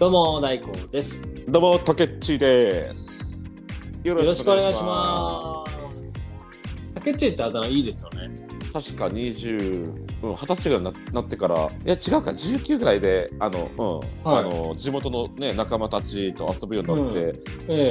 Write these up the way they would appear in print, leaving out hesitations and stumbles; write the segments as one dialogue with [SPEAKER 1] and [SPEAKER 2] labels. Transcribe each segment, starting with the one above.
[SPEAKER 1] どうも大光です。
[SPEAKER 2] どうもたけっちです。よ
[SPEAKER 1] ろしくお願いします。たけっちってあだ名いいですよね。
[SPEAKER 2] 確か20歳ぐらいになってから、いや違うか19ぐらいではい、地元のね仲間たちと遊ぶようになって、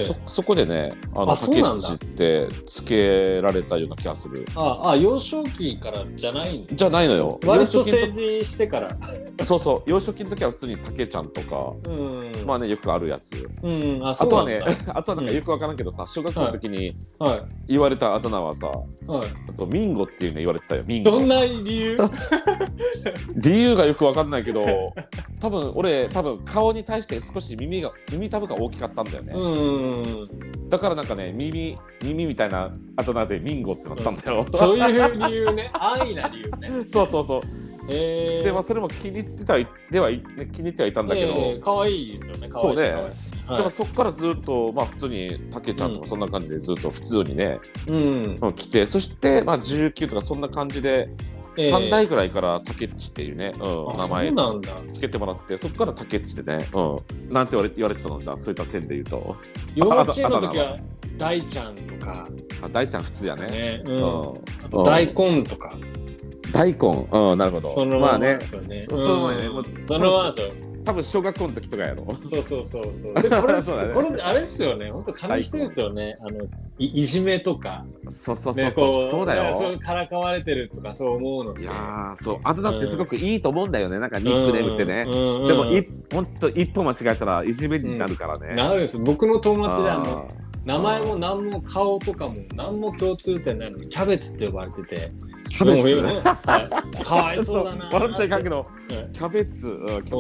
[SPEAKER 2] そこでねたけっちってつけられたような気がする。
[SPEAKER 1] 幼少期からじゃないんです、ね、
[SPEAKER 2] じゃないのよ。
[SPEAKER 1] 割と成人してから
[SPEAKER 2] そう幼少期の時は普通にたけちゃんとか、まあねよくあるやつ。
[SPEAKER 1] あ
[SPEAKER 2] とはねあとはなんかよくわからんけどさ、小学校の時に言われたあだ名はさ、あとミンゴっていうね言われてたよ。ミンゴ。
[SPEAKER 1] どんな理由？
[SPEAKER 2] 理由がよくわかんないけど、多分顔に対して少し耳たぶが大きかったんだよね。だからなんかね耳みたいなあだ名でミンゴってなったんだよ。
[SPEAKER 1] そういう理由ね。安易な理由ね。
[SPEAKER 2] そう。でそれも気に入ってはいたんだけど、
[SPEAKER 1] 可愛いですよね。
[SPEAKER 2] そうね。でもそっからずっとまあ普通にたけちゃんとかそんな感じでずっと普通にね、来て、そしてまあ19とかそんな感じで。短大ぐらいからたけっちっていうね、名前つけてもらって、そこからたけっちでね、なんて言われてたのじゃあ、そういった点で言うと。
[SPEAKER 1] 幼稚園の時は大ちゃんとか。
[SPEAKER 2] 大ちゃん普通やね。
[SPEAKER 1] 大根とか。
[SPEAKER 2] 大根、なるほど。
[SPEAKER 1] そのままですよね。
[SPEAKER 2] そのままですよ。多分小学校の時とかやろ。
[SPEAKER 1] そう。でこれあれですよね。本当紙一重ですよね。いじめとか。
[SPEAKER 2] そうだよ。
[SPEAKER 1] そうからかわれてるとかそう思うので。
[SPEAKER 2] いやそう。あだ名ってすごくいいと思うんだよね。なんかニックネームってね。でも本当一歩間違えたらいじめになるからね。
[SPEAKER 1] なるんです。僕の友達で名前も何も顔とかも何も共通点ないのにキャベツって呼ばれてて。
[SPEAKER 2] キャベツ
[SPEAKER 1] かわいそうだな。
[SPEAKER 2] 笑っちゃいかんけど、キャベツ。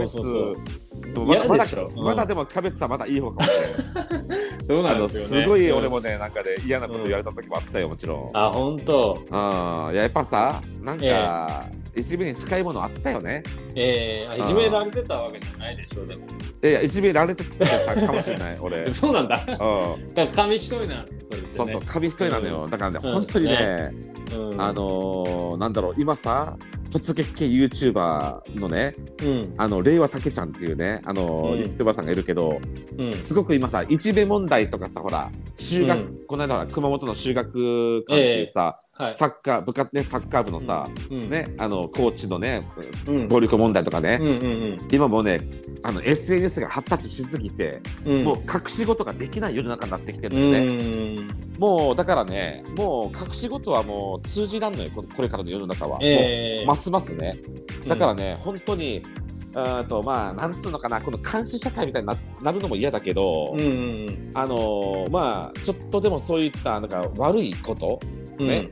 [SPEAKER 2] まだでもキャベツはまだいい方かもしれない。
[SPEAKER 1] そうなんですよね。
[SPEAKER 2] すごい俺もね、なんかね、嫌なこと言われた時もあったよ、もちろん。
[SPEAKER 1] 本当。
[SPEAKER 2] やっぱさ、なんか、いじめに近いものあったよね。
[SPEAKER 1] いじめられてたわけじゃないでしょ、でも。
[SPEAKER 2] いや、いじめられてたかもしれない、俺。
[SPEAKER 1] そうなんだ。だから紙一重なんですよ、
[SPEAKER 2] そう、紙一重なのよ。だからね、本当にね、なんだろう、今さ、突撃系 YouTuber のね、令和たけちゃんっていうね、YouTuber さんがいるけど、すごく今さ、いじめ問題とかさ、ほら、この間熊本の修学館っていうさ、サッカー部のさ、ね、コーチのね、暴力問題とかね、今もうね、SNS が発達しすぎて、もう隠し事ができない世の中になってきてるんだよね。もうだからね、もう隠し事はもう通じらんのよ、これからの世の中は。もうますね。だからね、本当にまあなんつうのかな、この監視社会みたいになるのも嫌だけど、まあちょっとでもそういったなんか悪いことね、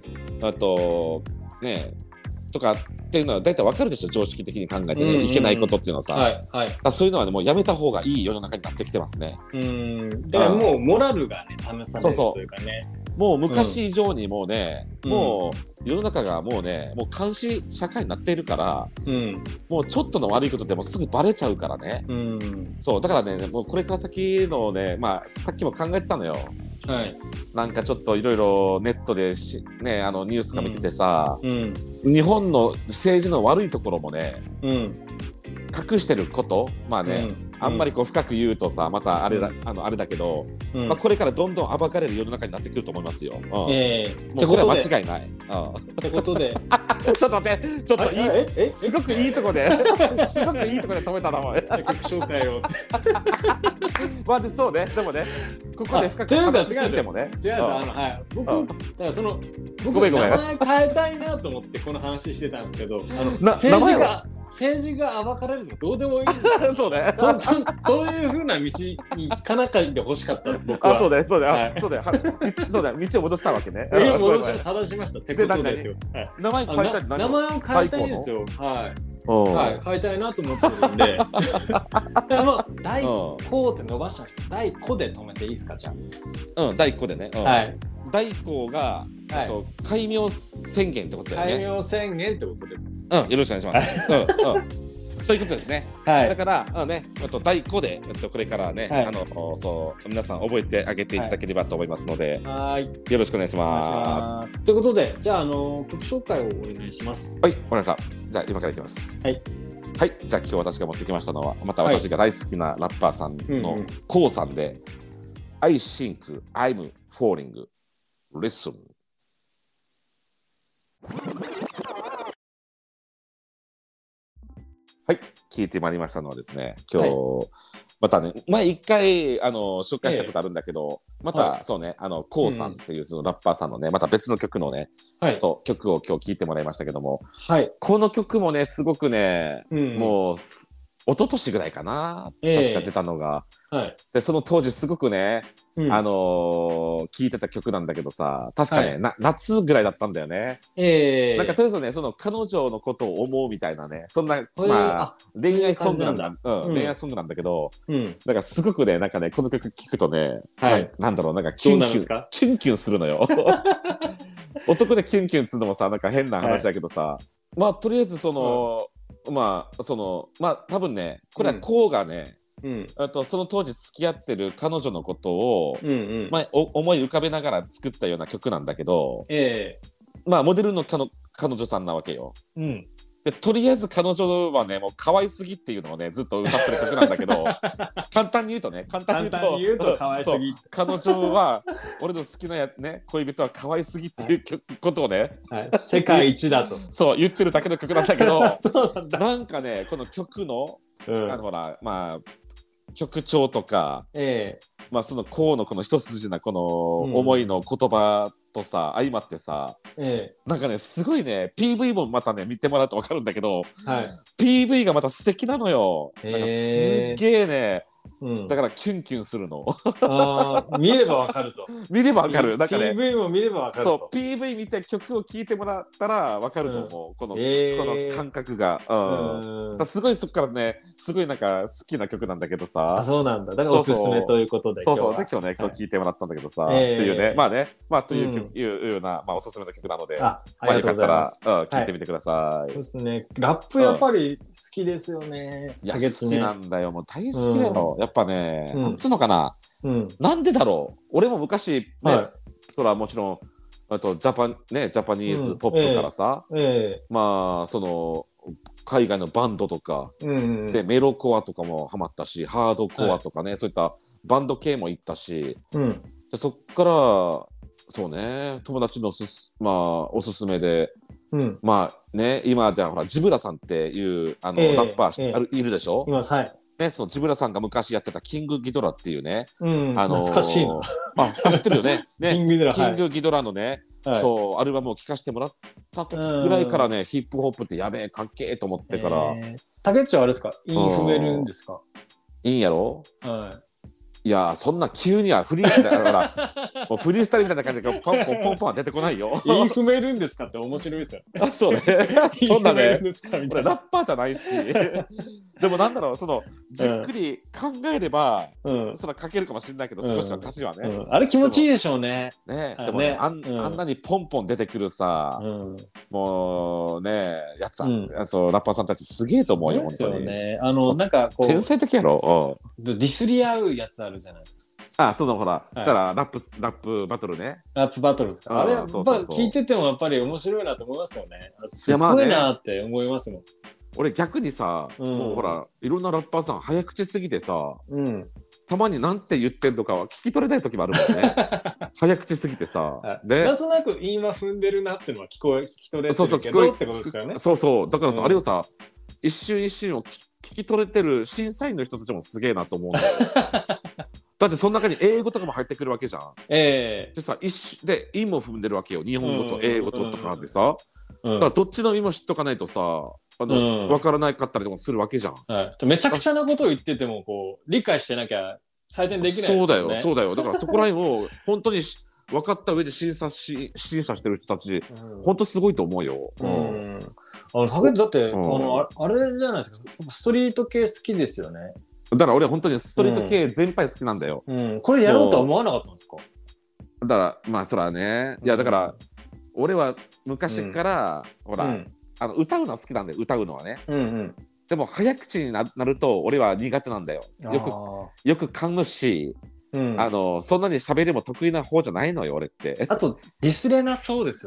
[SPEAKER 2] とかっていうのは大体わかるでしょ、常識的に考えてね、いけないことっていうのはさ、そういうのはねもうやめた方がいい世の中になってきてますね。
[SPEAKER 1] だからもうモラルがね試されるというかね。
[SPEAKER 2] もう昔以上にもうね、もう世の中がもうね、もう監視社会になっているから、もうちょっとの悪いことでもすぐバレちゃうからね。そうだからね、もうこれから先のね、まあさっきも考えてたのよ。なんかちょっといろいろネットでね、ニュースとか見ててさ、日本の政治の悪いところもね、隠してること、まあね、あんまりこう深く言うとさ、またあれだけど、まあこれからどんどん暴かれる世の中になってくると思いますよ。もうこれは間違いない。
[SPEAKER 1] ってことで、
[SPEAKER 2] ちょっと待って、すごくいいとこで止めたなお前。
[SPEAKER 1] 曲紹介を。
[SPEAKER 2] まあそうね、でもね、ここで深く話しすぎてもね。
[SPEAKER 1] 違う僕だから僕名前変えたいなと思ってこの話してたんですけど、政治が暴かれるのどうでもいいんですよ。
[SPEAKER 2] そうね。
[SPEAKER 1] そういう風な道に行かなかで欲しかったです、僕は。
[SPEAKER 2] そうだよ。道を戻したわけね。
[SPEAKER 1] 正しました。ってことで。
[SPEAKER 2] 名前を変え
[SPEAKER 1] たいんですよ。変えたいなと思ってるんで。大光って伸ばした人、大光で止めていいですか、じゃ
[SPEAKER 2] あ。大光でね。大光が戒名宣言ってことだよね。
[SPEAKER 1] 戒名宣言ってことで。
[SPEAKER 2] よろしくお願いします。そういうことですね。だから第5でこれからね、皆さん覚えてあげていただければと思いますので、よろしくお願いします。
[SPEAKER 1] ということで、じゃあ曲紹介をお願いします。
[SPEAKER 2] はい、わかりました。じゃあ今からいきます。 はい、じゃあ今日私が持ってきましたのは、また私が大好きなラッパーさんのコウさんで、I think I'm falling listen。はい、聞いてまいりましたのはですね、今日、またね、前一回紹介したことあるんだけど、また、そうね、コウさんっていうそのラッパーさんのね、また別の曲のね、そう曲を今日聴いてもらいましたけども、この曲もね、すごくね、もう一昨年ぐらいかな、確か出たのが、でその当時すごくね、聴いてた曲なんだけどさ、確かね、夏ぐらいだったんだよね。なんかとりあえずね、その彼女のことを思うみたいなね、そんな、まあ恋愛ソングなんだ、恋愛ソングなんだけど、だからすごくね、なんかね、この曲聴くとね、なんだろう、なんかキュンキュンするのよ。男でキュンキュンっつうのもさ、なんか変な話だけどさ、まあとりあえずその、まあ多分ね、これはこうがね、その当時付き合ってる彼女のことを、思い浮かべながら作ったような曲なんだけど、まあモデルの彼女さんなわけよ。でとりあえず彼女はね、もう可愛すぎっていうのをね、ずっと歌ってる曲なんだけど簡単に言うと
[SPEAKER 1] 可愛すぎ
[SPEAKER 2] 彼女は俺の好きな恋人は可愛すぎっていうことをね、
[SPEAKER 1] 世界一だと
[SPEAKER 2] そう言ってるだけの曲なんだけどなんかね、この曲のほら、まあ曲調とか、まあそのこうのこの一筋なこの思いの言葉とさ、相まってさ、なんかね、すごいね、 PV もまたね見てもらうと分かるんだけど、PV がまた素敵なのよ。なんかすっげえね、だからキュンキュンするの。
[SPEAKER 1] 見ればわかると。
[SPEAKER 2] 見ればわかる。なんかね、
[SPEAKER 1] PV も見ればわかると。
[SPEAKER 2] そう、PV 見て曲を聴いてもらったらわかると思う。この感覚が。すごいそこからね、すごいなんか好きな曲なんだけどさ。
[SPEAKER 1] そうなんだ。だからおすすめということで。
[SPEAKER 2] そうそう。で今日ね、そう聴いてもらったんだけどさ、っていうね、まあね、まあというような、まあおすすめの曲なので、まあよかったら聴いてみてください。
[SPEAKER 1] そうですね。ラップやっぱり好きですよね。
[SPEAKER 2] いや、好きなんだよ。もう大好きだよ。やっぱね、なんつうのかな。なんでだろう。俺も昔ね、それはもちろんジャパニーズポップからさ、まあその海外のバンドとかでメロコアとかもハマったし、ハードコアとかね、そういったバンド系も行ったし、でそっからそうね、友達のおすすめで、まあね、今じゃほらジブラさんっていうラッパーいるでしょ。ね、そのジブラさんが昔やってたキングギドラっていうね、
[SPEAKER 1] 懐かしいな。
[SPEAKER 2] 知ってるよね。
[SPEAKER 1] キング
[SPEAKER 2] ギドラのね、そうアルバムを聴かせてもらった時ぐらいからね、ヒップホップってやべえかっけえと思ってから。
[SPEAKER 1] 竹内はあれですか、韻踏めるんですか？
[SPEAKER 2] いいんやろ？いや、そんな急にはフリースタイルだからもうフリースタイルみたいな感じでポンポンポンポンは出てこないよ。
[SPEAKER 1] 韻踏めるんですかって面白いですよ。
[SPEAKER 2] そうね。そんなね、俺ラッパーじゃないしでもなんだろう、そのじっくり考えれば、それは書けるかもしれないけど、少しは歌詞はね、
[SPEAKER 1] あれ気持ちいいでしょうね。
[SPEAKER 2] でもね、あんなにポンポン出てくるさ、もうね、ラッパーさんたちすげえと思うよ、本当に。
[SPEAKER 1] なんかこう
[SPEAKER 2] 天才的やろ。
[SPEAKER 1] ディスり合うやつあるじゃないですか。
[SPEAKER 2] そのほら、だからラップバトルね。
[SPEAKER 1] ラップバトルですか。あれやっぱ聞いててもやっぱり面白いなと思いますよね。すごいなって思いますもん。
[SPEAKER 2] 俺逆にさ、もうほらいろんなラッパーさん早口すぎてさ、たまになんて言ってんのかは聞き取れない時もあるもんね。早口すぎてさ、
[SPEAKER 1] なんとなく韻は踏んでるなってのは聞き取れてるけどってことですよね。
[SPEAKER 2] そうだからさ、あれをさ、一瞬一瞬を聞き取れてる審査員の人たちもすげえなと思うんだよ。だってその中に英語とかも入ってくるわけじゃん。でさ、で韻も踏んでるわけよ、日本語と英語とかでさ。だからどっちの意味も知っとかないとさ、分からなかったりとかするわけじゃん。
[SPEAKER 1] めちゃくちゃなことを言っててもこう理解してなきゃ採点できないですよね。
[SPEAKER 2] そうだよ。だからそこら辺を本当に分かった上で審査してる人たち、本当すごいと思うよ。
[SPEAKER 1] だってあれじゃないですか、ストリート系好きですよね。
[SPEAKER 2] だから俺は本当にストリート系全般好きなんだよ。
[SPEAKER 1] これやろうとは思わなかったんですか？
[SPEAKER 2] だからまあそらね、いやだから俺は昔からほら歌うのは好きなんだよ、歌うのはね。でも早口になると俺は苦手なんだよ。よく噛むし、そんなに喋りも得意な方じゃないのよ俺って。
[SPEAKER 1] あとディスれなそうですよね。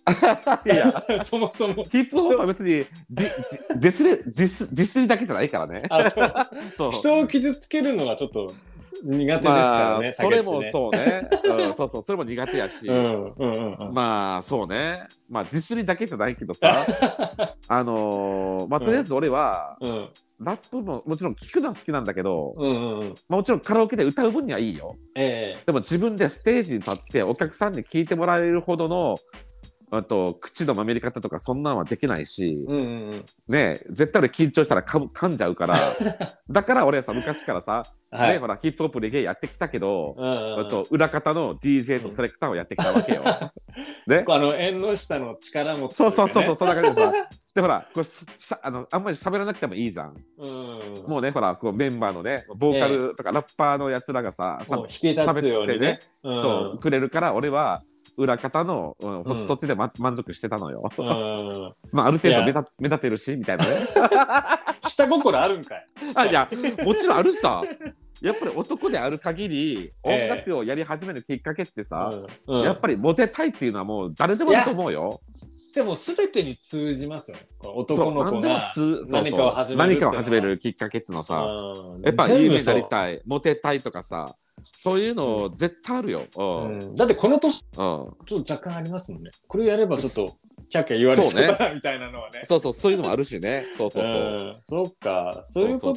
[SPEAKER 2] いや
[SPEAKER 1] そもそも
[SPEAKER 2] ヒップホップは別にディスりだけじゃないからね。
[SPEAKER 1] そう人を傷つけるのはちょっと苦手ですからね。
[SPEAKER 2] それもそうね。そうそう、それも苦手やし。まあそうね。まあディスりだけじゃないけどさ。まあとりあえず俺は、ラップももちろん聞くのは好きなんだけど、もちろんカラオケで歌う分にはいいよ。でも自分でステージに立ってお客さんに聞いてもらえるほどの口のまめり方とかそんなんはできないし、ね、絶対俺緊張したら噛んじゃうからだから俺さ昔からさ、ね、ほらヒップホップレゲエやってきたけど、裏方の DJ とセレクターをやってきたわけよ。
[SPEAKER 1] ね、縁の下の力も、
[SPEAKER 2] そうそんな感じでさでほらあんまり喋らなくてもいいじゃん。もうねほらこうメンバーのねボーカルとかラッパーのやつらがさ喋ってねそうくれるから俺は裏方の、そっちで、満足してたのよ。まあある程度目立てるしみたいなね。
[SPEAKER 1] 下心あるんかい。
[SPEAKER 2] いやもちろんあるさ。やっぱり男である限り音楽をやり始めるきっかけってさ、やっぱりモテたいっていうのはもう誰でもいいと思うよ。
[SPEAKER 1] でも全てに通じますよ。男の子が何かを始
[SPEAKER 2] めるきっかけっていうのはさ、やっぱ有名になりたい、モテたいとかさ。そういうの絶対あるよ。
[SPEAKER 1] だってこの年、ちょっと若干ありますもんね。これやればちょっとキャッキャ言われそうだなみたいなのはね。
[SPEAKER 2] そういうのもあるしね。そう
[SPEAKER 1] っか、そういうこと、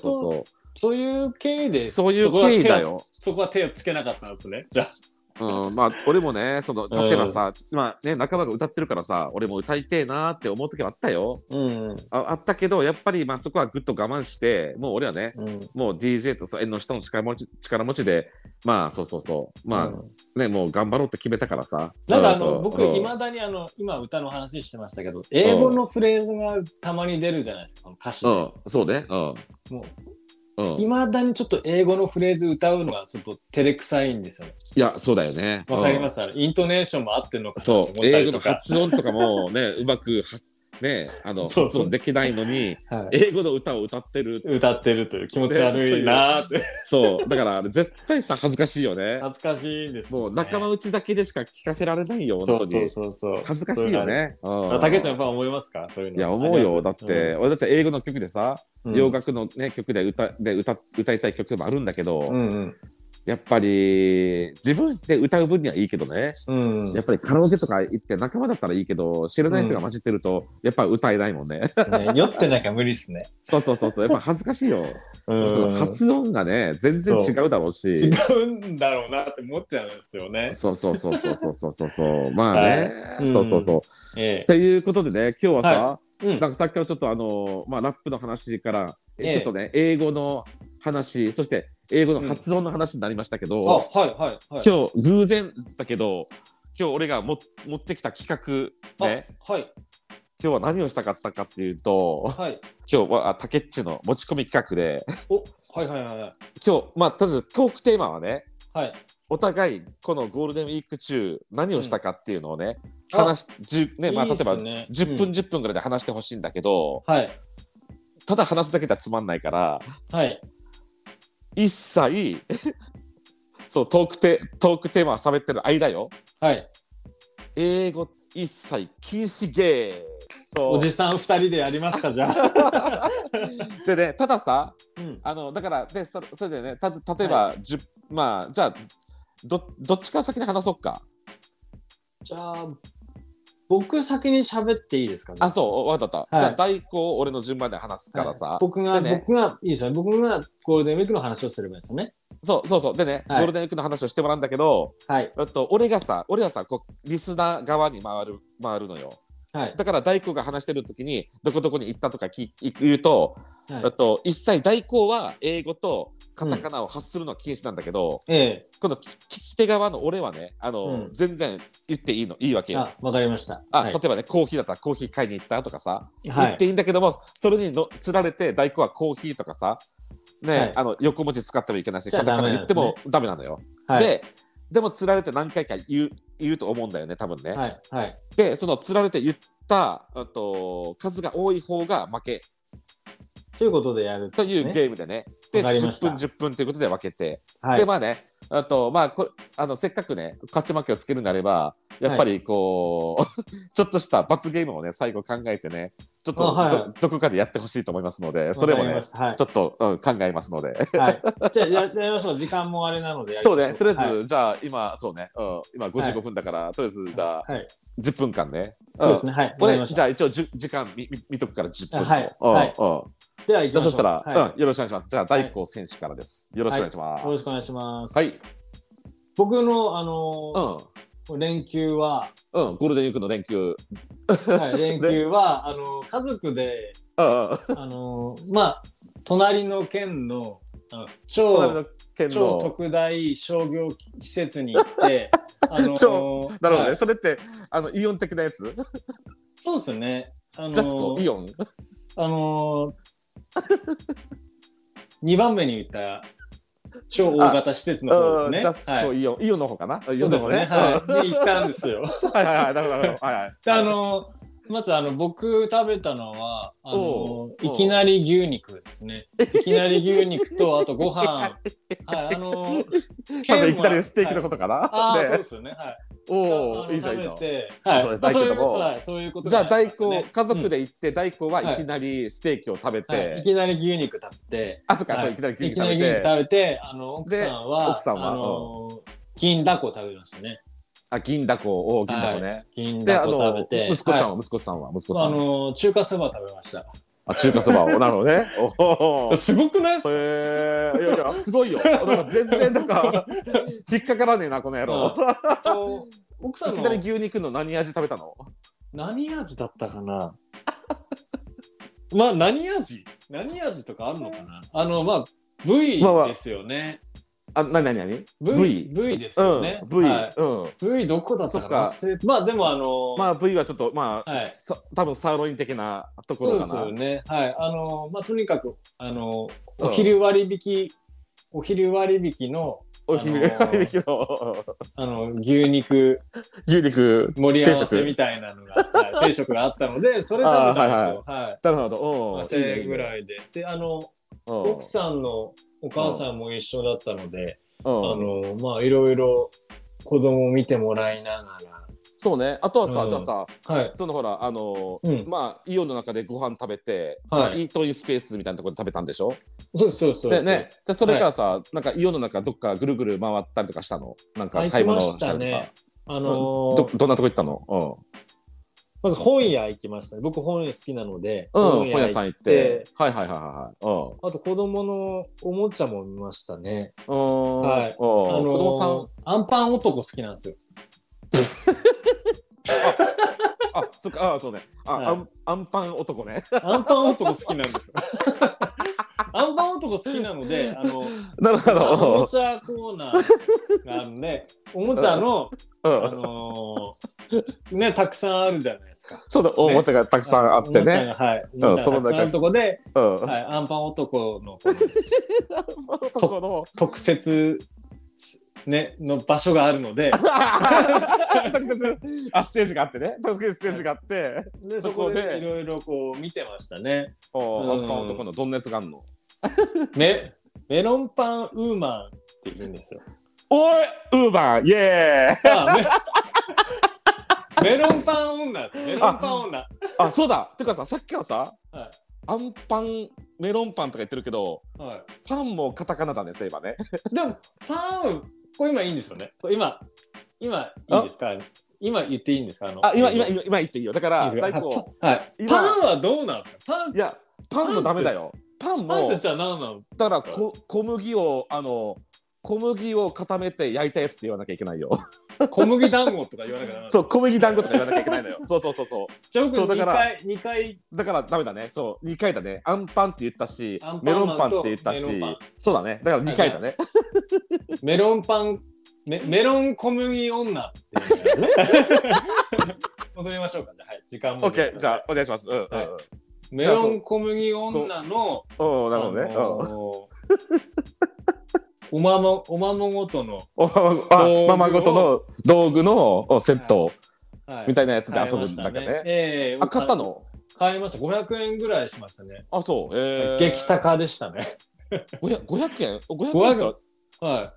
[SPEAKER 1] そういう経緯で、
[SPEAKER 2] そういう経緯だよ。
[SPEAKER 1] そこは手をつけなかったんですね。じゃあ。
[SPEAKER 2] まあ俺もね例えばさ、まあね仲間が歌ってるからさ俺も歌いてえなーって思う時はあったよ。あったけどやっぱりまあそこはぐっと我慢してもう俺はね、もう DJ と縁の下の力持ちでまあまあねもう頑張ろうって決めたからさ。
[SPEAKER 1] なんか僕いまだに今歌の話してましたけど英語のフレーズがたまに出るじゃないですか歌詞で。
[SPEAKER 2] そうね。
[SPEAKER 1] もういまだにちょっと英語のフレーズ歌うのがちょっと照れくさいんですよね。
[SPEAKER 2] いやそうだよね。
[SPEAKER 1] わかります。イントネーションも合ってるのか
[SPEAKER 2] そう英語の発音とかもねうまくねそうできないのに英語の歌を歌ってると
[SPEAKER 1] いう気持ち悪いなーって。
[SPEAKER 2] そうだから絶対さ恥ずかしいよね。
[SPEAKER 1] 恥ずかしいですね。
[SPEAKER 2] もう仲間内だけでしか聞かせられないよ。
[SPEAKER 1] そう
[SPEAKER 2] 恥ずかしいよね。
[SPEAKER 1] たけちゃんやっぱ思いますかそういうの。
[SPEAKER 2] いや思うよ。だって俺だって英語の曲でさ洋楽のね曲で歌いたい曲もあるんだけどやっぱり自分で歌う分にはいいけどね、やっぱりカラオケとか行って仲間だったらいいけど知らない人が混じってるとやっぱ歌えないもんね。
[SPEAKER 1] 酔ってなきゃ無理っすね。
[SPEAKER 2] そうやっぱ恥ずかしいよ。その発音がね全然違うだろうし
[SPEAKER 1] 違うんだろうなって思っちゃうんですよね。
[SPEAKER 2] そうまあね、っていうことでね今日はさ、なんかさっきからちょっとまあラップの話からちょっとね英語の話そして英語の発音の話になりましたけど、今日偶然だけど今日俺が持ってきた企画ね、今日は何をしたかったかっていうと、今日はタケッチの持ち込み企画で今日まあとりあえずトークテーマはね、お互いこのゴールデンウィーク中何をしたかっていうのをね、まあ例えば10分10分ぐらいで話してほしいんだけど、ただ話すだけじゃつまんないから、一切そうトークテーマを喋ってる間よ、英語一切禁止ゲー。
[SPEAKER 1] おじさん2人でやりますかじゃあ。
[SPEAKER 2] でねたださ、だからでそれでね例えば、まあじゃあどっちから先に話そうか。
[SPEAKER 1] じゃあ僕先に喋っていいですかね。
[SPEAKER 2] そう分かった、じゃあ代行俺の順番で話すからさ、
[SPEAKER 1] 僕がいいですよね。僕がゴールデンウィークの話をすればいいですよね。
[SPEAKER 2] そうでね、ゴールデンウィークの話をしてもらうんだけど、俺はさこうリスナー側に回るのよ。だから代行が話してる時にどこどこに行ったとか言うと、一切代行は英語とカタカナを発するのは禁止なんだけど、今度聞き手側の俺はね全然言っていいわけよ。
[SPEAKER 1] わかりました。
[SPEAKER 2] 例えばねコーヒーだったらコーヒー買いに行ったとかさ、言っていいんだけどもそれにつられて代行はコーヒーとかさね、横文字使ってもいけないしカタカナ言ってもダメなのよ。でもつられて何回か言うと思うんだよね多分ね。でそのつられて言った数が多い方が負け
[SPEAKER 1] ということでやる
[SPEAKER 2] というゲームでね、 で10分10分ということで分けて、でまあねあとまあせっかくね勝ち負けをつけるなればやっぱりこう、ちょっとした罰ゲームをね最後考えてねちょっとどこかでやってほしいと思いますので、それもねちょっと考えますので、
[SPEAKER 1] じゃあやりましょう。時間もあれなので
[SPEAKER 2] そうね、とりあえずじゃあ今そうね、今55分だからとりあえずじゃあ10分間ね。
[SPEAKER 1] そうですね、はい。
[SPEAKER 2] これじゃあ一応時間見とくから10分と。
[SPEAKER 1] では行きましょう。
[SPEAKER 2] そしたらよろしくお願いします。じゃあ大光選手からです。よろしくお願いします。
[SPEAKER 1] よろしくお願いします。
[SPEAKER 2] はい。
[SPEAKER 1] 僕の連休は
[SPEAKER 2] ゴールデンウィークの連休。
[SPEAKER 1] 連休は家族でまあ隣の県の超特大商業施設に行って
[SPEAKER 2] なるほどね。それってイオン的なやつ？
[SPEAKER 1] そうですね。
[SPEAKER 2] ジャスコイオン
[SPEAKER 1] 2番目に言った超大型施設の方ですね。
[SPEAKER 2] ジャスコイオンの方かな？
[SPEAKER 1] そうですね。で行ったんですよ。
[SPEAKER 2] なるほど。
[SPEAKER 1] まず僕食べたのはいきなり牛肉ですね。いきなり牛肉とあとご飯。
[SPEAKER 2] いきなりステーキのことかな。
[SPEAKER 1] そうですよね。
[SPEAKER 2] いいじゃんいいじ
[SPEAKER 1] ゃん。そういうこと
[SPEAKER 2] じゃあ大光家族で行って大光はいきなりステーキを食べて、
[SPEAKER 1] いきなり牛肉食べて、
[SPEAKER 2] そうかいきなり牛肉食
[SPEAKER 1] べて、奥さんは銀だこ食べましたね。
[SPEAKER 2] 銀だこね。
[SPEAKER 1] 銀だこ食べて、
[SPEAKER 2] 息子さんは
[SPEAKER 1] 中華そば食べました。
[SPEAKER 2] 中華そばをなるほどね。
[SPEAKER 1] すごくないですか？
[SPEAKER 2] いやすごいよ。なんか全然なんか引っかからねえなこの野郎。奥さんのいきなり牛肉の何味食べたの？
[SPEAKER 1] 何味だったかな。まあ何味とかあるのかな。まあ部位ですよね。
[SPEAKER 2] 何
[SPEAKER 1] V ですよね。V どこだったかな。まあでも
[SPEAKER 2] V はちょっと多分サーロイン的なところかな。
[SPEAKER 1] そうですよね。まあとにかくお昼割引の牛肉盛り合わせみたいなのが定食があったのでそれ食べたんですよ。
[SPEAKER 2] なるほど。
[SPEAKER 1] 1000円ぐらいで。で奥さんのお母さんも一緒だったので、まあいろいろ子供を見てもらいながら。
[SPEAKER 2] そうね。あとはさ、じゃあさ、そのほらまあイオンの中でご飯食べて、イートインスペースみたいなところで食べたんでしょ？
[SPEAKER 1] そう
[SPEAKER 2] でね。でそれからさ、なんかイオンの中どっかぐるぐる回ったりとかしたの？なんか買い物したりとか。どんなとこ行ったの？
[SPEAKER 1] まず本屋行きましたね。僕本屋好きなので、
[SPEAKER 2] 本屋さん行って、あ
[SPEAKER 1] と子供のおもちゃも見ましたね。
[SPEAKER 2] 子供さん
[SPEAKER 1] アンパン男好きなんですよ。
[SPEAKER 2] そっか、そうね。アンパン男ね。
[SPEAKER 1] アンパン男好きなんですよ。アンパン男好きなので、
[SPEAKER 2] なるほど。
[SPEAKER 1] おもちゃコーナーがあるんで、おもちゃのね、たくさんあるじゃないですか。
[SPEAKER 2] そうだ、おもちゃがたくさんあってね。
[SPEAKER 1] おもちゃがたくさんあるとこで、アンパン男の特設ねの場所があるので、
[SPEAKER 2] 特設ステージがあってね。特設ステージがあって、
[SPEAKER 1] でそこでいろいろこう見てましたね。
[SPEAKER 2] アンパン男のどんなやつがあるの？
[SPEAKER 1] メロンパンウーマンって言うんですよ。
[SPEAKER 2] おい、ウーマン、イエーイ。
[SPEAKER 1] メロンパン女。
[SPEAKER 2] そうだ。てかさ、さっきからさ、アンパン、メロンパンとか言ってるけど、パンもカタカナだね、そういえばね。
[SPEAKER 1] でも、パン、これ今いいんですよね。今いいですか？今言っていいんですか？
[SPEAKER 2] 今言っていいよ。だから、大根。
[SPEAKER 1] パンはどうなんですか？
[SPEAKER 2] いや、パンもダメだよ。パンも。
[SPEAKER 1] じゃあ何なの？
[SPEAKER 2] だから小麦を固めて焼いたやつって言わなきゃいけないよ。
[SPEAKER 1] 小麦団子とか言わなきゃダメ。
[SPEAKER 2] そう、小麦団子とか言わなきゃいけないのよ。そう。
[SPEAKER 1] じゃあ僕2回。
[SPEAKER 2] だからダメだね。そう、2回だね。アンパンって言ったし、メロンパンって言ったし、そうだね。だから2回だね。
[SPEAKER 1] メロンパン、メロン小麦女っていうね。戻りましょうか。時間も。
[SPEAKER 2] OK、じゃあお願いします。
[SPEAKER 1] メロン小麦女の、
[SPEAKER 2] なるほどね。
[SPEAKER 1] おままごとの
[SPEAKER 2] 道具のセットみたいなやつで遊ぶんだけどね。買ったの？
[SPEAKER 1] 買いました。500円ぐらいしましたね。
[SPEAKER 2] そう。
[SPEAKER 1] 激高でしたね。
[SPEAKER 2] 500円
[SPEAKER 1] ?500 円はい。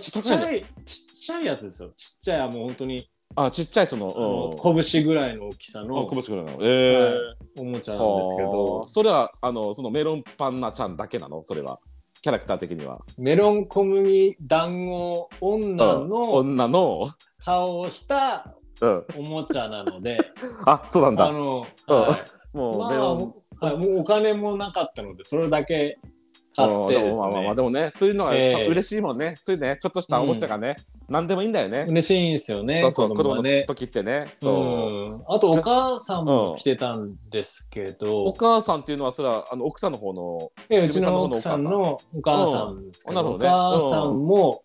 [SPEAKER 1] ちっちゃいやつですよ。ちっちゃい、もう本当に。
[SPEAKER 2] ちっちゃいその、
[SPEAKER 1] 拳ぐらいの大きさの。
[SPEAKER 2] 拳ぐらいの。
[SPEAKER 1] おもちゃなんですけど。
[SPEAKER 2] それは、そのメロンパンナちゃんだけなのそれは。キャラクター的には。
[SPEAKER 1] メロン小麦団子女の顔をしたおもちゃなので。
[SPEAKER 2] そうなんだ。
[SPEAKER 1] もうメロン。もうお金もなかったので、それだけ。で
[SPEAKER 2] もね、そういうのが嬉しいもんね。そういうね、ちょっとしたおもちゃがね、何でもいいんだよね。
[SPEAKER 1] 嬉しいんですよね。
[SPEAKER 2] 子供の時ってね。
[SPEAKER 1] あとお母さんも来てたんですけど。
[SPEAKER 2] お母さんっていうのはそれは奥さんの方の。
[SPEAKER 1] うちの奥さんのお母さんですけど。お母さんも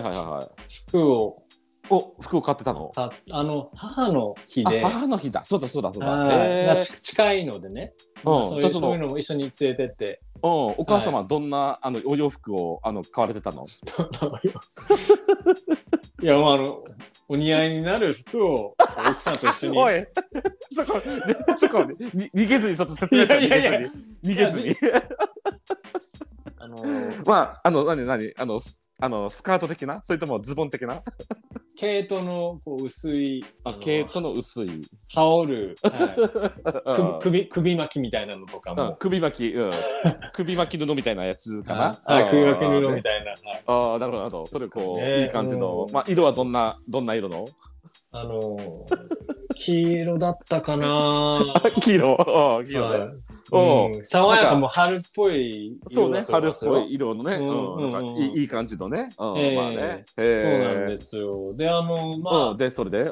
[SPEAKER 2] 服を買ってたの？
[SPEAKER 1] 母の日で。
[SPEAKER 2] 母の日だ。そうだ。
[SPEAKER 1] 近いのでね。そういうのも一緒に連れてって。
[SPEAKER 2] お母様はどんなお洋服を買われてたの？
[SPEAKER 1] いやお似合いになる服を奥さんと一緒に。
[SPEAKER 2] おい、そこ逃げずにちょっと説明して。逃げずに。スカート的な？それともズボン的な？
[SPEAKER 1] 毛糸の薄い
[SPEAKER 2] 毛糸の薄い
[SPEAKER 1] 羽織る、首巻きみたいなのとかも、
[SPEAKER 2] 首巻き布みたいなやつかな。
[SPEAKER 1] 首巻き布みたいな。
[SPEAKER 2] なるほど。それいい感じの。色はどんな色の？
[SPEAKER 1] 黄色だったかな。
[SPEAKER 2] 黄色ね。
[SPEAKER 1] 爽やかも春っぽい
[SPEAKER 2] 色。そうね、春っぽい色のね。いい感じのね。そうなん
[SPEAKER 1] ですよ。で、
[SPEAKER 2] で、それで、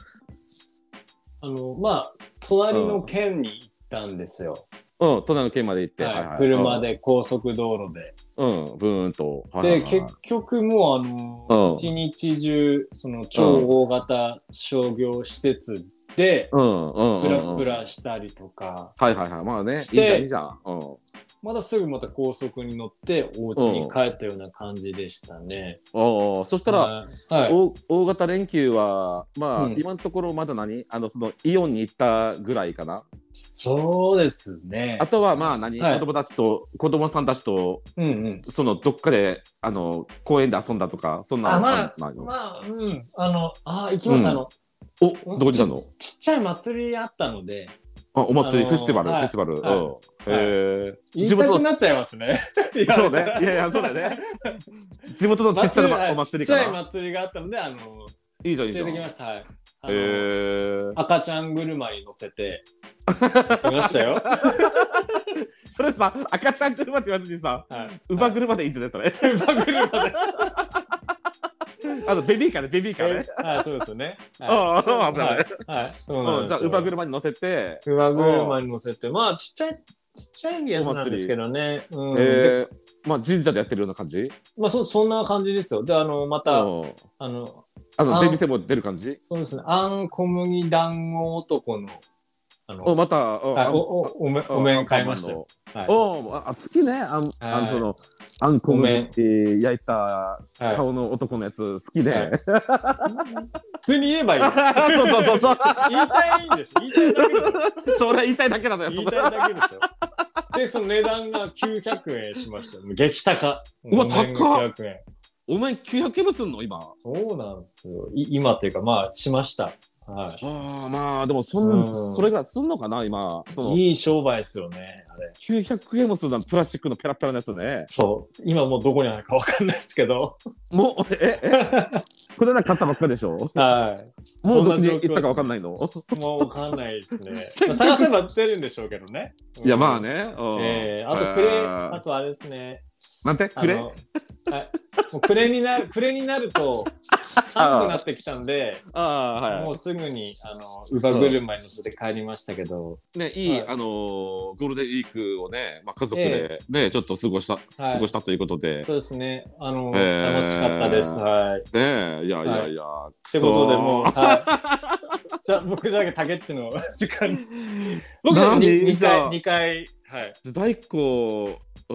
[SPEAKER 1] 隣の県に行ったんですよ。
[SPEAKER 2] 隣の県まで行って。
[SPEAKER 1] 車で、高速道路で。
[SPEAKER 2] ブーンと。
[SPEAKER 1] で、結局もう、一日中、その超大型商業施設で、プラしたりとか。
[SPEAKER 2] まあね、いいじゃん。
[SPEAKER 1] またすぐまた高速に乗ってお家に帰ったような感じでしたね。
[SPEAKER 2] そしたら、大型連休は今のところまだそのイオンに行ったぐらいかな。
[SPEAKER 1] そうですね。
[SPEAKER 2] あとは子供さんたちとそのどっかで公園で遊んだとかそんな
[SPEAKER 1] 行きました。ど
[SPEAKER 2] こにいたの？
[SPEAKER 1] ちっちゃい祭りあったので。
[SPEAKER 2] お祭りフェスティバル。
[SPEAKER 1] 言いたくなっちゃいますね。
[SPEAKER 2] そうね。いやそうだね。地元のちっちゃなお祭りかな。
[SPEAKER 1] ちっちゃい祭りがあったので
[SPEAKER 2] いいじゃん。
[SPEAKER 1] 連れてきました。赤ちゃん車に乗せて来ましたよ。
[SPEAKER 2] それさ、赤ちゃん車って言わずにさ、乳母車でいいんじゃないそれ。
[SPEAKER 1] 乳母車で。
[SPEAKER 2] ベビーカーね。
[SPEAKER 1] そうですよね。
[SPEAKER 2] じゃあ乳母車に乗せて。
[SPEAKER 1] 乳母車に乗せて、ちっちゃいやつなんですけどね。
[SPEAKER 2] 神社でやってるような感じ？
[SPEAKER 1] そんな感じですよ。で、また
[SPEAKER 2] 出店も出る感じ？
[SPEAKER 1] そうですね。あん小麦団子男の
[SPEAKER 2] また
[SPEAKER 1] お面買いましたよ。
[SPEAKER 2] 好きね。あんこ麦焼いた顔の男のやつ好きね。
[SPEAKER 1] 普通に言えばいい。そう。言いたいんでしょ。言いたいだけでしょ。
[SPEAKER 2] それ言いたいだけなのよ。
[SPEAKER 1] 言いたいだけでしょ。で、その値段が900円しましたよ。激高。
[SPEAKER 2] うわ、高っ。
[SPEAKER 1] 900円。
[SPEAKER 2] お前900円もすんの今？
[SPEAKER 1] そうなんですよ。今っていうかしました。
[SPEAKER 2] でもそれがすんのかな今。
[SPEAKER 1] いい商売ですよねあれ。
[SPEAKER 2] 900円もするのプラスチックのペラペラのやつね。
[SPEAKER 1] そう今もうどこにあるかわかんないですけど。
[SPEAKER 2] もうこれ買ったばっかでしょ。もうどこに行ったかわかんないの？
[SPEAKER 1] もうわかんないですね。探せば出るんでしょうけどね。
[SPEAKER 2] いや
[SPEAKER 1] あとあれですね。
[SPEAKER 2] なんて暮れ？
[SPEAKER 1] 暮れになると寒くなってきたんで、もうすぐに乳母車に乗せて帰りましたけど、
[SPEAKER 2] ね、いいゴールデンウィークをね、家族でねちょっと過ごしたということで、
[SPEAKER 1] そうですね、楽しかったです。
[SPEAKER 2] ね、いや。
[SPEAKER 1] ってことでもう、じゃあ僕だけタケッチの時間に、僕2回
[SPEAKER 2] 大工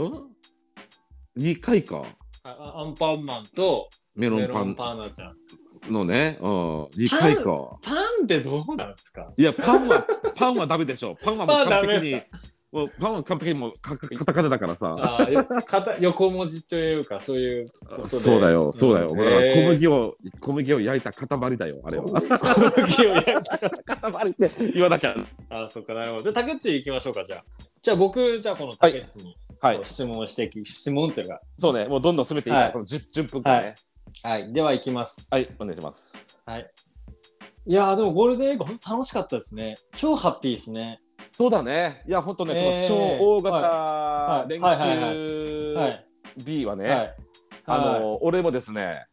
[SPEAKER 2] 2回か。
[SPEAKER 1] アンパンマンと
[SPEAKER 2] メロンパンナちゃんのね、2回か。
[SPEAKER 1] パンってどうなんですか？
[SPEAKER 2] いやパンはダメでしょ。パンはもう完璧にもうパンは完璧にもうカタカナだからさ。
[SPEAKER 1] 横文字というかそういうことで。
[SPEAKER 2] そうだよ。小麦を焼いた塊だよあれは。
[SPEAKER 1] 小麦を焼いた
[SPEAKER 2] 塊って言わなきゃ。
[SPEAKER 1] そっか、なるほど。じゃあタケッチ行きましょうか。じゃあ僕このタケッチに質問というか。
[SPEAKER 2] そうね。もうどんどん進めていいからこの10分間ね。
[SPEAKER 1] はい。では行きます。
[SPEAKER 2] はい、お願いします。
[SPEAKER 1] はい。いやでもゴールデンウィーク本当楽しかったですね。超ハッピーですね。
[SPEAKER 2] そうだね。いや本当ね、この超大型連休 B はね、俺もですね、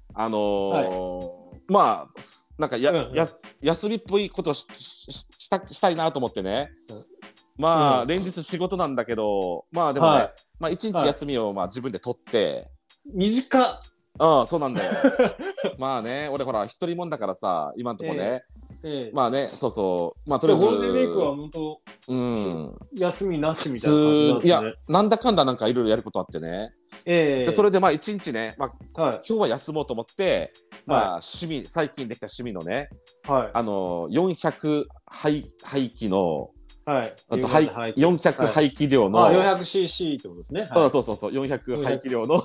[SPEAKER 2] まあなんか休みっぽいことしたいなと思ってね。まあ連日仕事なんだけど、まあでもね、まあ一日休みを自分で取って。
[SPEAKER 1] 短っ。
[SPEAKER 2] そうなんだよ。まあね、俺ほら一人もんだからさ、今んとこね。まあね、まあ
[SPEAKER 1] とりあえずゴールデンウィークは本当、休みなしみたいな感じなんですね。
[SPEAKER 2] いや、なんだかんだなんかいろいろやることあってね。でそれでまあ一日ね、今日は休もうと思って、まあ最近できた趣味のね、400排気の400排気量の
[SPEAKER 1] 400cc ってことですね。
[SPEAKER 2] そう400排気量の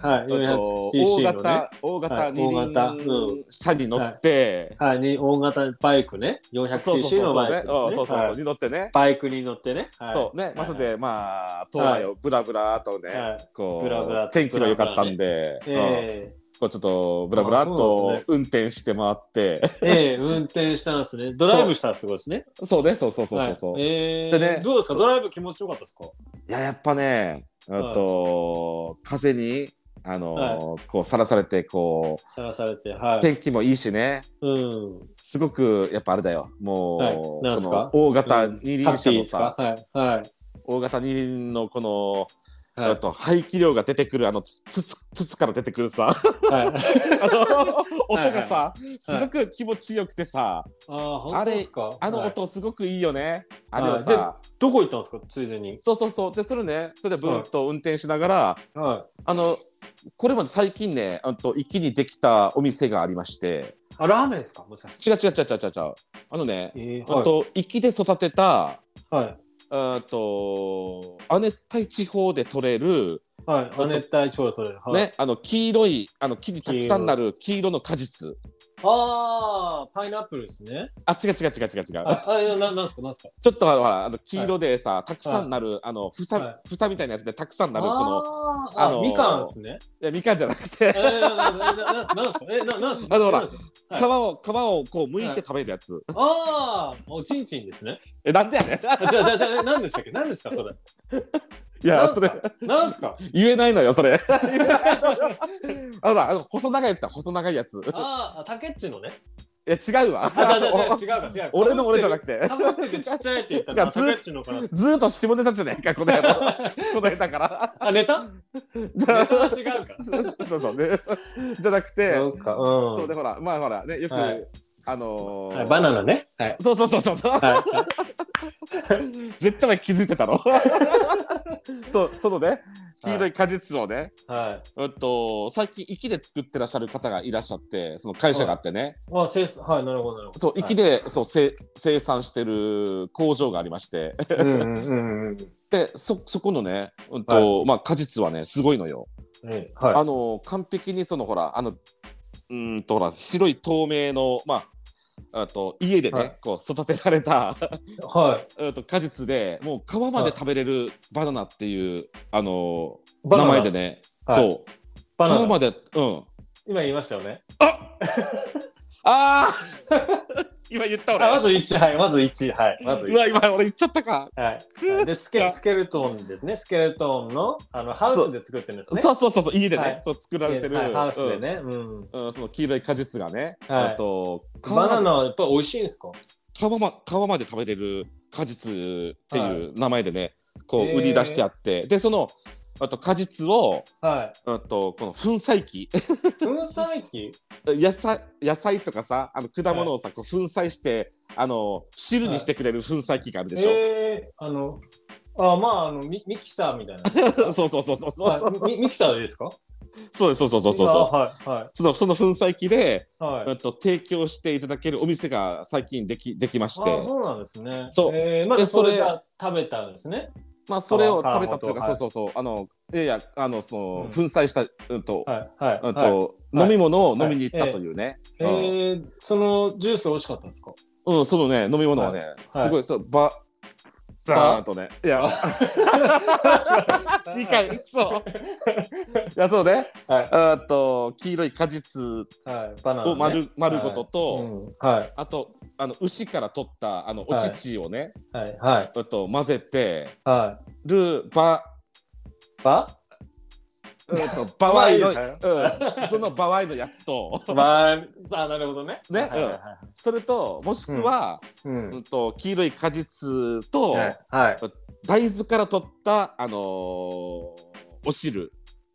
[SPEAKER 2] 大型二輪車に乗って
[SPEAKER 1] 大型バイクね 400cc のバイクですね。
[SPEAKER 2] に乗ってね、
[SPEAKER 1] バイクに乗ってね。
[SPEAKER 2] そうね、それでまあ都内をブラブラとね、こう天気が良かったんでちょっとブラブラっと運転して回って
[SPEAKER 1] 運転したんですね。ドライブしたってことですね。
[SPEAKER 2] そうね、そう。
[SPEAKER 1] でね、どうですか、ドライブ気持ちよかったですか？
[SPEAKER 2] いや、やっぱね、風にこうさらされて天気もいいしね、すごくやっぱあれだよ、もうこの大型二輪車のさ、大型二輪のこの排気量が出てくる筒から出てくるさ音がさすごく気持ちよくてさ、あれ音すごくいいよね。あれはさ、
[SPEAKER 1] どこ行ったんですかついでに。
[SPEAKER 2] そうでそれでブーッと運転しながらこれまで最近ね壱岐にできたお店がありまして。
[SPEAKER 1] ラーメンですか？もしかして。
[SPEAKER 2] 違う壱岐で育てた亜熱帯地方で採れる
[SPEAKER 1] 亜熱帯地方で採れる
[SPEAKER 2] ね、黄色い木にたくさんなる黄色の果実。
[SPEAKER 1] パイナップルですね。
[SPEAKER 2] 違う。
[SPEAKER 1] なんすか
[SPEAKER 2] ちょっと黄色でさたくさんなる房みたいなやつでたくさんなるこの
[SPEAKER 1] みかんですね。
[SPEAKER 2] いやみかんじゃなくて
[SPEAKER 1] なんすか
[SPEAKER 2] 皮をこう剥いて食べるやつ。
[SPEAKER 1] おちんちんですね。
[SPEAKER 2] なんでやねん。
[SPEAKER 1] じゃあ何でしたっけ？何ですかそれ。
[SPEAKER 2] いやそれ
[SPEAKER 1] なんすか
[SPEAKER 2] 言えないのよそれ。細長いやつだ、細長いやつ。
[SPEAKER 1] タケッチのね。
[SPEAKER 2] いや違うわ。
[SPEAKER 1] 違う。
[SPEAKER 2] 俺じゃなくて。
[SPEAKER 1] かぶっててちっちゃいって言ったらタケッチのかな。
[SPEAKER 2] ずーっと下ネタじゃねえかこのネタから。
[SPEAKER 1] ネタ？ネタは違うか。
[SPEAKER 2] そうね。じゃなくて、
[SPEAKER 1] そう
[SPEAKER 2] でほらねよく
[SPEAKER 1] バナナね。
[SPEAKER 2] そう。絶対気づいてたろ。そのね黄色い果実をね、最近壱岐で作ってらっしゃる方がいらっしゃって、その会社があってね。
[SPEAKER 1] なるほど。
[SPEAKER 2] そう壱岐で生産してる工場がありまして、でそこのね果実はねすごいのよ。完璧にほら白い透明の家でねこう育てられた果実でもう皮まで食べれるバナナっていう名前でね、そう皮まで
[SPEAKER 1] 今言いましたよね。
[SPEAKER 2] 今言った俺。
[SPEAKER 1] まず1。う
[SPEAKER 2] わ今俺言っちゃったか。
[SPEAKER 1] でスケルトンですね。スケルトンのハウスで作ってるんですね。
[SPEAKER 2] そう家でね作られてる
[SPEAKER 1] ハウスでね。
[SPEAKER 2] その黄色い果実がね。
[SPEAKER 1] バナナはやっぱり美味しいんですか？皮
[SPEAKER 2] まで食べれる果実っていう名前でねこう売り出してあって、でその果実をこの粉砕機野菜とかさ果物をさこう粉砕して汁にしてくれる粉砕機があるでしょ。
[SPEAKER 1] ミキサーみたいな。
[SPEAKER 2] そう
[SPEAKER 1] ミキサーでいいですか？
[SPEAKER 2] そう。その粉砕機で提供していただけるお店が最近できまして。
[SPEAKER 1] そうなんですね。
[SPEAKER 2] そう
[SPEAKER 1] まずそれじゃ食べたんですね。
[SPEAKER 2] まあそれを食べたというか、そう、いやいやその粉砕した飲み物を飲みに行ったというね。
[SPEAKER 1] そのジュース美味しかったんですか？
[SPEAKER 2] そのね飲み物はねすごいバーンとね、いや2回そういやそうね、黄色い果実を丸ごとと、あと牛から取ったお乳をね混ぜてるバワイのそのバワイのやつと
[SPEAKER 1] なるほどね。
[SPEAKER 2] それともしくは黄色い果実と大豆から取ったお汁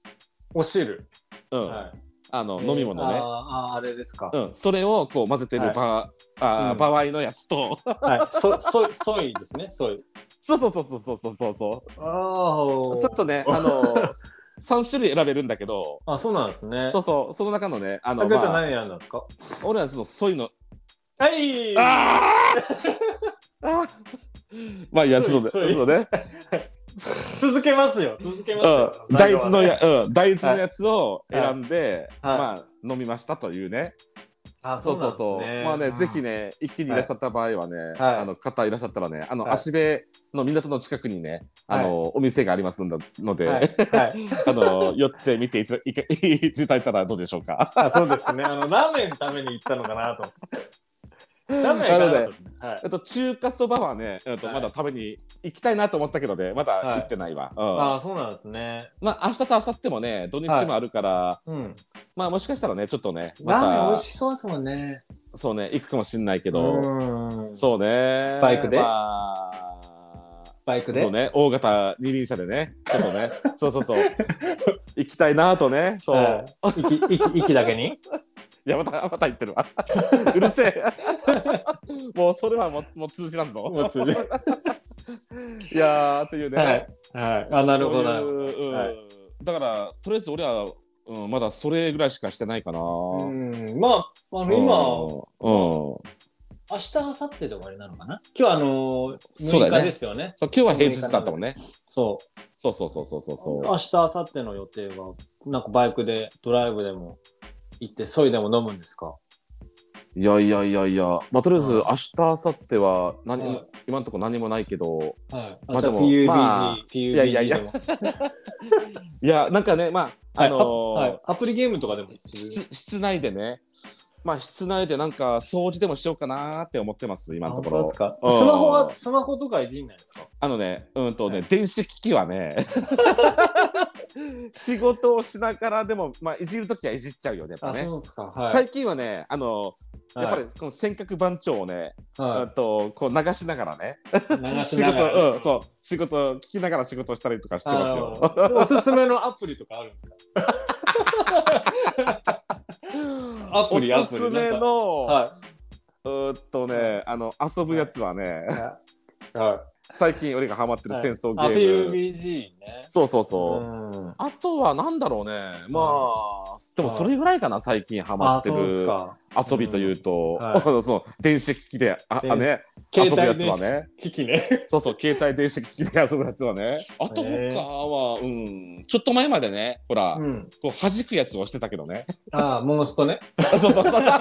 [SPEAKER 2] 飲み物ね。
[SPEAKER 1] あれですか。
[SPEAKER 2] それをこう混ぜてるバワイのやつと
[SPEAKER 1] ソイですね。ソイ。
[SPEAKER 2] そうそれとね3種類選べるんだけど。
[SPEAKER 1] そうなんですね。
[SPEAKER 2] その中のね
[SPEAKER 1] 赤ちゃん何選んだんですか？
[SPEAKER 2] 俺はそのソイのまあいやちょっとね
[SPEAKER 1] 続けますよ。
[SPEAKER 2] 大豆のやつを選んでまあ飲みましたというね。そうまあねぜひね一気にいらっしゃった場合はね方いらっしゃったらね芦部の港の近くにねお店がありますので寄ってみていただいたらどうでしょうか。
[SPEAKER 1] そうですね。ラーメン食べに行ったのかなと思って。
[SPEAKER 2] 中華そばはねまだ食べに行きたいなと思ったけどねまだ行ってないわ。
[SPEAKER 1] そうなんですね。
[SPEAKER 2] まあ明日と明後日もね土日もあるからまあもしかしたらねちょっとね
[SPEAKER 1] ラーメン美味しそうですもんね。
[SPEAKER 2] そうね行くかもしれないけどそうね
[SPEAKER 1] バイクで
[SPEAKER 2] そうね大型二輪車でねちょっとねそう行きたいなとね
[SPEAKER 1] 息だけに
[SPEAKER 2] いやまた言ってるわうるせえもうそれはもう通じなんぞいやーというね
[SPEAKER 1] なるほど
[SPEAKER 2] だからとりあえず俺はまだそれぐらいしかしてないかな。
[SPEAKER 1] まあ今明日明後日で終わりなのかな。今日6日ですよね。
[SPEAKER 2] そう今日は平日だったもんね。
[SPEAKER 1] そう明日明後日の予定はなんかバイクでドライブでも行ってソイでも飲むんですか？
[SPEAKER 2] いやまあとりあえず明日明後日は今のところ何もないけど
[SPEAKER 1] まあでも PUBG でも
[SPEAKER 2] いやなんかねまあ
[SPEAKER 1] アプリゲームとかでも
[SPEAKER 2] 室内でねまあ室内でなんか掃除でもしようかなって思ってます今のところ。
[SPEAKER 1] スマホとかいじんないですか？
[SPEAKER 2] 電子機器はね仕事をしながらでもまあいじるときはいじっちゃうよねやっぱね。最近はねやっぱりこの尖閣番長をねこう流しながらね仕事聞きながら仕事したりとかしてますよ。
[SPEAKER 1] おすすめのアプリとかあるんですか？
[SPEAKER 2] おすすめの遊ぶやつはね最近俺がハマってる戦争ゲーム。
[SPEAKER 1] PUBG ね。
[SPEAKER 2] そうあとはなんだろうねまあでもそれぐらいかな最近ハマってる遊びというとその電子機器で遊ぶやつはね
[SPEAKER 1] 機器ね
[SPEAKER 2] 携帯電子機器で遊ぶやつはねあと他はちょっと前までねほらこう弾くやつをしてたけどね
[SPEAKER 1] モンストね
[SPEAKER 2] そう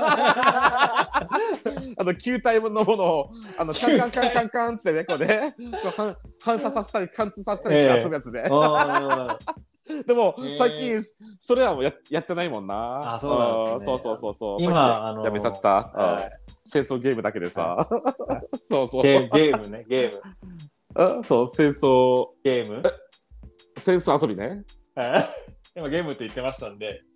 [SPEAKER 2] 球体のものをカンカンってねこうね反射させたり貫通させたりして遊ぶやつねでも最近それはもうやってないもんな。そう今やめちゃった戦争ゲームだけでさ
[SPEAKER 1] ゲームねゲーム
[SPEAKER 2] そう戦争
[SPEAKER 1] ゲーム
[SPEAKER 2] 戦争遊びね
[SPEAKER 1] 今ゲームって言ってましたんで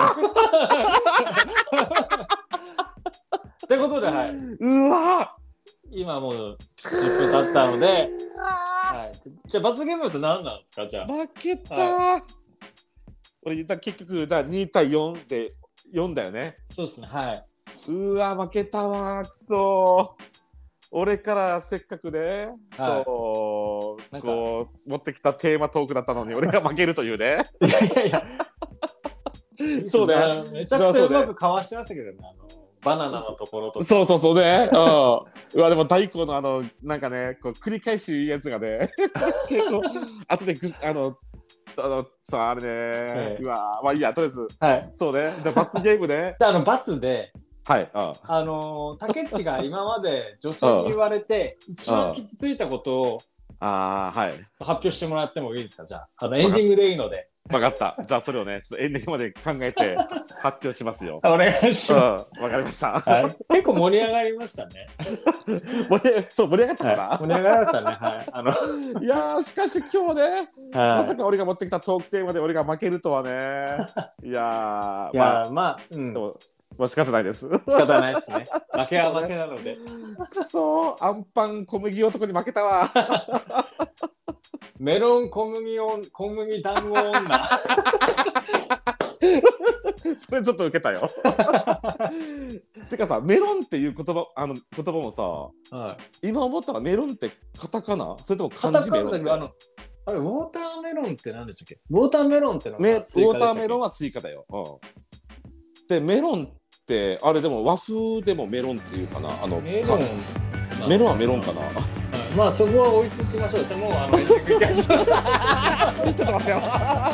[SPEAKER 1] ってことで
[SPEAKER 2] うわ
[SPEAKER 1] 今もう10分経ったのでじゃあ罰ゲームって何なんですか？じゃあ
[SPEAKER 2] 負けた俺結局2対4で4だよね。
[SPEAKER 1] そうですね
[SPEAKER 2] うわ負けたわくそ俺からせっかくねこう持ってきたテーマトークだったのに俺が負けるというね
[SPEAKER 1] いやそうねめちゃくちゃうまくかわしてましたけどねバナナのところとか。
[SPEAKER 2] そうそうそうね。うわでも大根のなんかねこう繰り返し言うやつがね結構後でさあれね、うわまあいいやとりあえず、はい、そうねじゃあ罰ゲームね。
[SPEAKER 1] 罰で。
[SPEAKER 2] はい。
[SPEAKER 1] たけっちが今まで女性に言われて一番傷ついたことを
[SPEAKER 2] はい
[SPEAKER 1] 発表してもらってもいいですか。じゃあエンディングでいいので。
[SPEAKER 2] 分かった。じゃあそれをね、ちょっとエンディングまで考えて発表しますよ。
[SPEAKER 1] お願いします。
[SPEAKER 2] 分かりました。
[SPEAKER 1] はい。結構盛り上がりましたね。
[SPEAKER 2] 盛り上がったかな、
[SPEAKER 1] はい。盛り上がりましたね。はい。
[SPEAKER 2] いやしかし今日ね、まさか俺が持ってきたトークテーマで俺が負けるとはね。いやまあ、でも仕方ないです。
[SPEAKER 1] 仕方ないですね。負けは負けなので。
[SPEAKER 2] くそアンパン小麦男に負けたわ。
[SPEAKER 1] メロン小麦団子女。
[SPEAKER 2] それちょっと受けたよ。てかさ、メロンっていう言葉もさ、はい、今思ったらメロンってカタカナ？それとも漢字メロンって？
[SPEAKER 1] あれウォーターメロンって何でしたっけ？ウォーターメロンってのは
[SPEAKER 2] ウォーターメロンはスイカだよ。でメロンってあれでも和風でもメロンっていうかな。メロンはメロンかな。
[SPEAKER 1] まあそこは置いときましょう。でもちょっ
[SPEAKER 2] と待ってよ。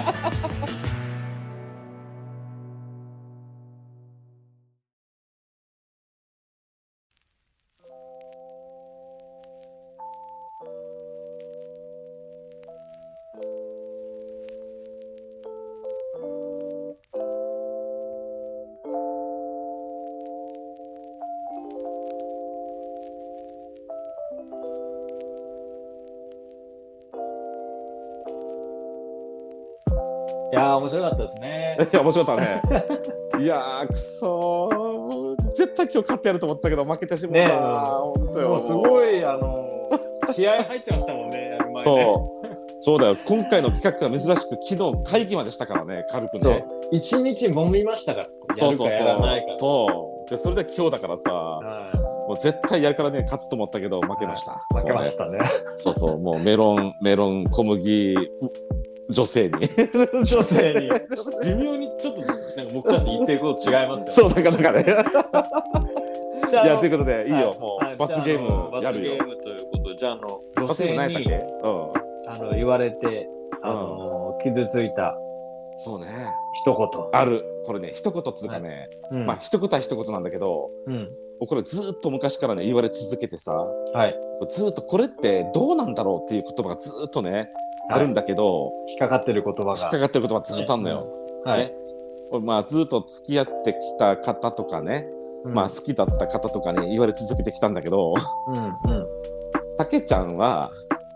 [SPEAKER 1] いやー面白かったですね。
[SPEAKER 2] いや面白かったね。いやーくそー絶対今日勝ってやると思ったけど負けてしまった。本当よ。
[SPEAKER 1] もうすごい気合入ってましたもんね。やる前ね。
[SPEAKER 2] そうだよ。今回の企画が珍しく昨日会議までしたからね軽くね。
[SPEAKER 1] そう1日揉みましたから。やるかやらないか。
[SPEAKER 2] そうでそれで今日だからさ。もう絶対やるからね勝つと思ったけど負けました。
[SPEAKER 1] 負けましたね。
[SPEAKER 2] そうもうメロン小麦女性に
[SPEAKER 1] 微妙にちょっとなんか僕たち言ってること違いますよね。
[SPEAKER 2] そうなんかね。いやということでいいよ、もう罰ゲームやるよ。
[SPEAKER 1] 罰ゲームということでじゃあ女性に言われて傷ついた
[SPEAKER 2] そうね
[SPEAKER 1] 一言
[SPEAKER 2] ある。これね一言つうかね、まあ一言は一言なんだけど、これずっと昔からね言われ続けてさ、ずっとこれってどうなんだろうっていう言葉がずっとねあるんだけど、
[SPEAKER 1] 引っかかってる言葉が
[SPEAKER 2] ずっとあるのよ。まあずっと付き合ってきた方とかね、まあ好きだった方とかね言われ続けてきたんだけど、たけちゃんは、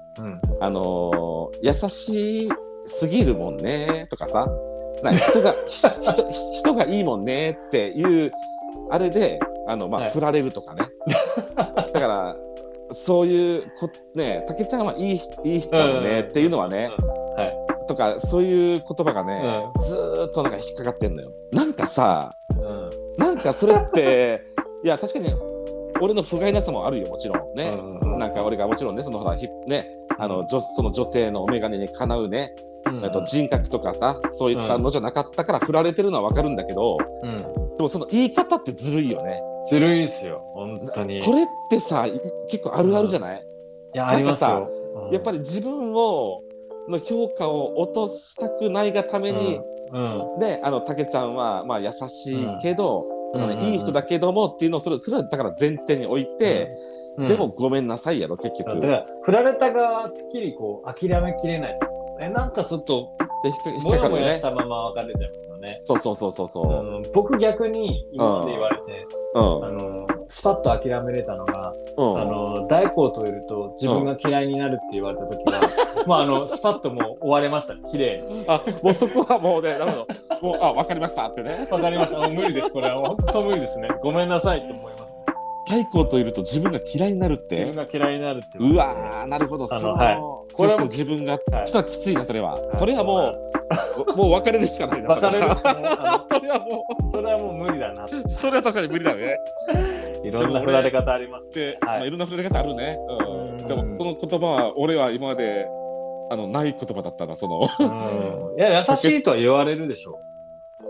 [SPEAKER 2] 優しすぎるもんねとかさ、人がいいもんねっていうあれで振られるとかね。だからそういうね、たけちゃんはいい人だよねっていうのはね、とかそういう言葉がね、ずーっとなんか引っかかってんのよ。なんかさ、なんかそれっていや確かに俺の不甲斐なさもあるよもちろんね。なんか俺がもちろんねそのほらねその女性のお眼鏡にかなうね、人格とかさそういったのじゃなかったから振られてるのはわかるんだけど、でもその言い方ってずるいよね。
[SPEAKER 1] ずるいですよ本当に。
[SPEAKER 2] これってさ結構あるあるじゃない？
[SPEAKER 1] いやありますよ。
[SPEAKER 2] やっぱり自分の評価を落としたくないがために、でたけちゃんはまあ優しいけど、いい人だけどもっていうのをそれはだから前提に置いて、でもごめんなさいやろ結局。
[SPEAKER 1] だから振られた側はすっきりこう諦めきれないですよ。なんかちょっともやもやしたまま別れちゃいますよね。
[SPEAKER 2] そう。
[SPEAKER 1] 僕逆に今まで言われて、スパッと諦めれたのが、大光といると自分が嫌いになるって言われた時は、もうスパッともう終われましたね、綺麗に。
[SPEAKER 2] もうそこはもうね、なるほど。もう分かりましたってね。
[SPEAKER 1] 分かりました。もう無理です。これは本当無理ですね。ごめんなさいって思います。
[SPEAKER 2] 大光といると自分が嫌いになるって。
[SPEAKER 1] 自分が嫌いになるって。
[SPEAKER 2] うわー、なるほど。これは自分が来たらきついなそれは。それはもう別れるしかないな。
[SPEAKER 1] 別れるしかない。それはもう無理だな。
[SPEAKER 2] それは確かに無理だね。
[SPEAKER 1] いろんな振られ方あります
[SPEAKER 2] ね。いろんな振られ方あるね。でもこの言葉は俺は今までない言葉だったな。
[SPEAKER 1] いや優しいとは言われるでしょ。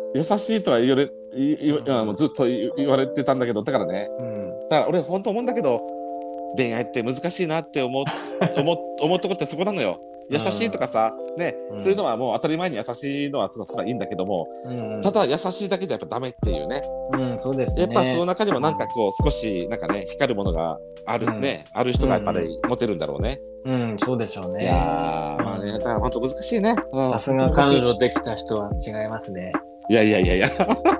[SPEAKER 2] 優しいとはずっと言われてたんだけど、だからね、だから俺本当思うんだけど、恋愛って難しいなって思うとこってそこなのよ。優しいとかさ、ね、そういうのはもう当たり前に優しいのはすごいいいんだけども、ただ優しいだけじゃやっぱダメっていうね。
[SPEAKER 1] そうですね。
[SPEAKER 2] やっぱその中にもなんかこう少しなんかね、光るものがあるね、ある人がやっぱり持てるんだろうね。
[SPEAKER 1] そうでしょうね。
[SPEAKER 2] いやまあね、だから本当難しいね。
[SPEAKER 1] さすが彼女できた人は違いますね。
[SPEAKER 2] いや全然違う。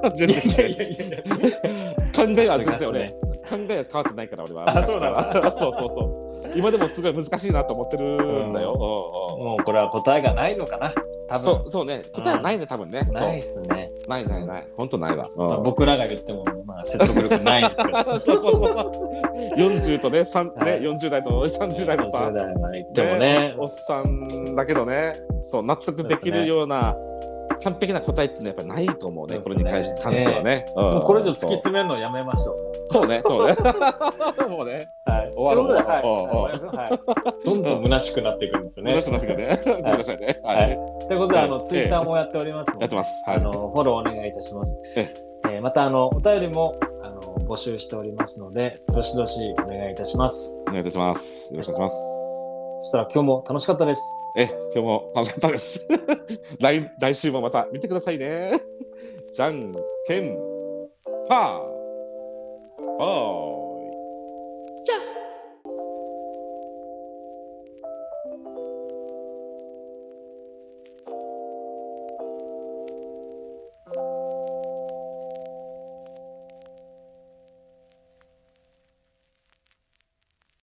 [SPEAKER 2] 考えは全然俺、考えは変わってないから俺は。
[SPEAKER 1] そうだな。
[SPEAKER 2] そう今でもすごい難しいなと思ってるんだよ。
[SPEAKER 1] もうこれは答えがないのかな。多分
[SPEAKER 2] そうね、答えはないね、多分ね。
[SPEAKER 1] ないっすね。
[SPEAKER 2] ない本当ないわ。
[SPEAKER 1] 僕らが言ってもまあ説得力ないですけど。
[SPEAKER 2] そう40とね、40代と30代のさ、
[SPEAKER 1] 40代まで言ってもね、
[SPEAKER 2] おっさんだけどね、そう納得できるような完璧な答えっていうのはやっぱないと思うね、これに関してはね。
[SPEAKER 1] もうこれ以上突き詰めるのやめましょう。
[SPEAKER 2] そうね。もうね。終わろう。
[SPEAKER 1] どんどん虚しくなっていくんですよね。
[SPEAKER 2] 虚しくなっていくね。ごめんなさいね。
[SPEAKER 1] ということで、ツイッターもやっておりますので、
[SPEAKER 2] やってます。
[SPEAKER 1] フォローお願いいたします。また、お便りも募集しておりますので、どしどしお願いいたします。
[SPEAKER 2] お願いいたします。よろしくお願いします。
[SPEAKER 1] そしたら今日も楽しかったです。
[SPEAKER 2] 今日も楽しかったです。来週もまた見てくださいね。じゃんけんパー。